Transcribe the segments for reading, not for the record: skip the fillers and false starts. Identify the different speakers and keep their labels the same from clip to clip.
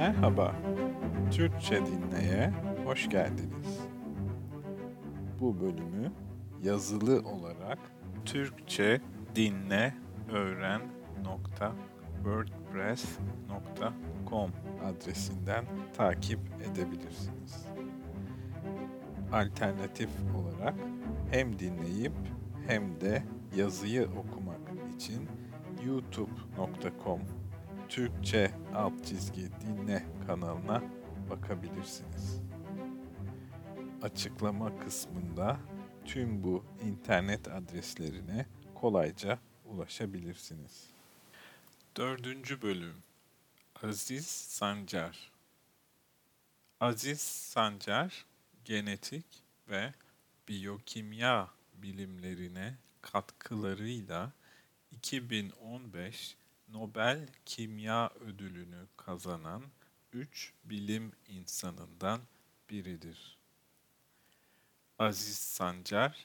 Speaker 1: Merhaba, Türkçe Dinle'ye hoş geldiniz. Bu bölümü yazılı olarak Türkçe Dinle Öğren.wordpress.com adresinden takip edebilirsiniz. Alternatif olarak hem dinleyip hem de yazıyı okumak için youtube.com Türkçe _dinle kanalına bakabilirsiniz. Açıklama kısmında tüm bu internet adreslerine kolayca ulaşabilirsiniz. 4. Bölüm Aziz Sancar. Aziz Sancar, genetik ve biyokimya bilimlerine katkılarıyla 2015 Nobel Kimya Ödülünü kazanan 3 bilim insanından biridir. Aziz Sancar,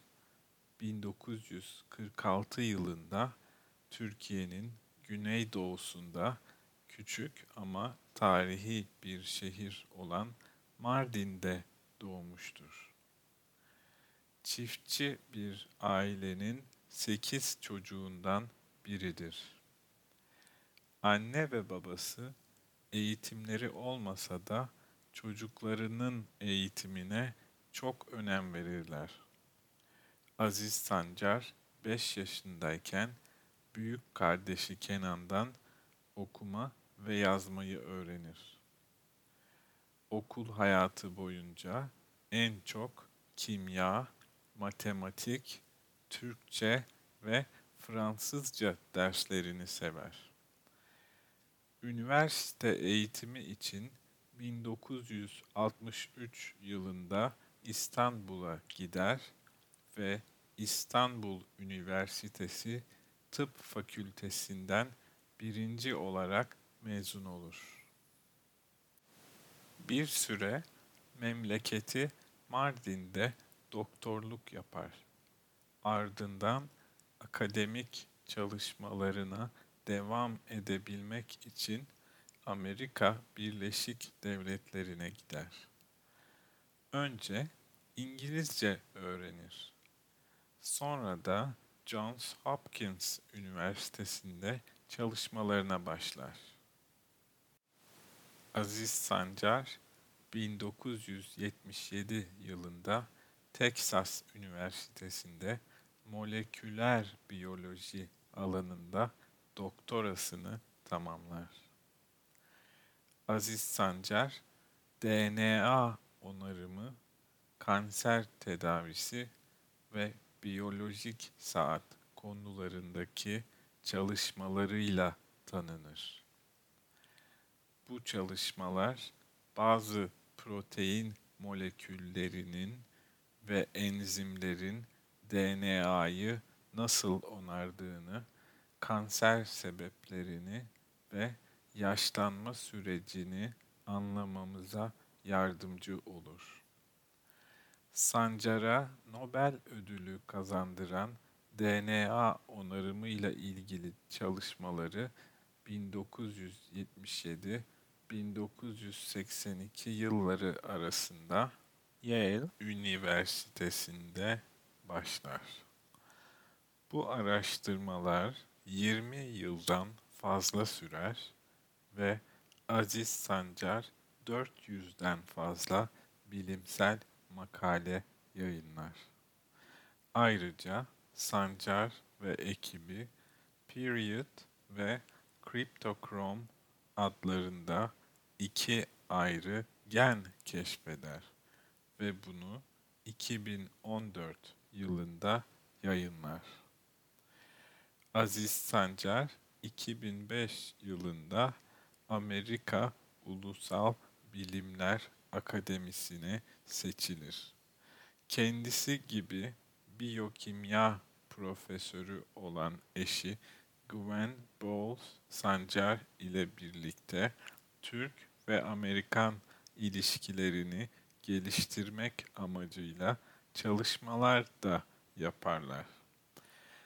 Speaker 1: 1946 yılında Türkiye'nin güneydoğusunda küçük ama tarihi bir şehir olan Mardin'de doğmuştur. Çiftçi bir ailenin 8 çocuğundan biridir. Anne ve babası eğitimleri olmasa da çocuklarının eğitimine çok önem verirler. Aziz Sancar 5 yaşındayken büyük kardeşi Kenan'dan okuma ve yazmayı öğrenir. Okul hayatı boyunca en çok kimya, matematik, Türkçe ve Fransızca derslerini sever. Üniversite eğitimi için 1963 yılında İstanbul'a gider ve İstanbul Üniversitesi Tıp Fakültesinden birinci olarak mezun olur. Bir süre memleketi Mardin'de doktorluk yapar. Ardından akademik çalışmalarına devam edebilmek için Amerika Birleşik Devletleri'ne gider. Önce İngilizce öğrenir. Sonra da Johns Hopkins Üniversitesi'nde çalışmalarına başlar. Aziz Sancar, 1977 yılında Texas Üniversitesi'nde moleküler biyoloji alanında doktorasını tamamlar. Aziz Sancar, DNA onarımı, kanser tedavisi ve biyolojik saat konularındaki çalışmalarıyla tanınır. Bu çalışmalar bazı protein moleküllerinin ve enzimlerin DNA'yı nasıl onardığını, kanser sebeplerini ve yaşlanma sürecini anlamamıza yardımcı olur. Sancar'a Nobel ödülü kazandıran DNA onarımıyla ilgili çalışmaları 1977-1982 yılları arasında Yale Üniversitesi'nde başlar. Bu araştırmalar 20 yıldan fazla sürer ve Aziz Sancar 400'den fazla bilimsel makale yayınlar. Ayrıca Sancar ve ekibi Period ve Cryptochrome adlarında 2 ayrı gen keşfeder ve bunu 2014 yılında yayınlar. Aziz Sancar 2005 yılında Amerika Ulusal Bilimler Akademisi'ne seçilir. Kendisi gibi biyokimya profesörü olan eşi Gwen Bowles Sancar ile birlikte Türk ve Amerikan ilişkilerini geliştirmek amacıyla çalışmalar da yaparlar.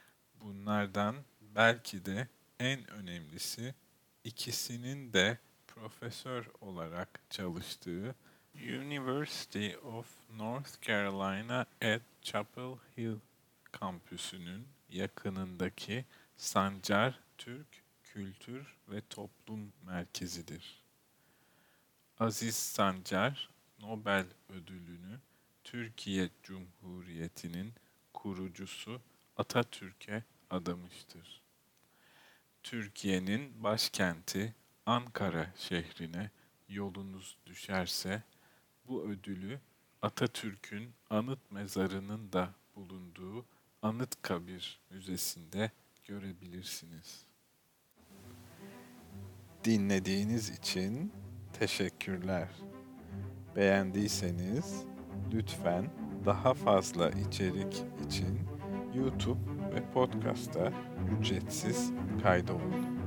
Speaker 1: Bunlardan belki de en önemlisi ikisinin de profesör olarak çalıştığı University of North Carolina at Chapel Hill kampüsünün yakınındaki Sancar Türk Kültür ve Toplum Merkezi'dir. Aziz Sancar, Nobel Ödülünü Türkiye Cumhuriyeti'nin kurucusu Atatürk'e adamıştır. Türkiye'nin başkenti Ankara şehrine yolunuz düşerse bu ödülü Atatürk'ün anıt mezarının da bulunduğu Anıtkabir Müzesi'nde görebilirsiniz. Dinlediğiniz için teşekkürler. Beğendiyseniz lütfen daha fazla içerik için YouTube ve podcast'a ücretsiz kaydolun.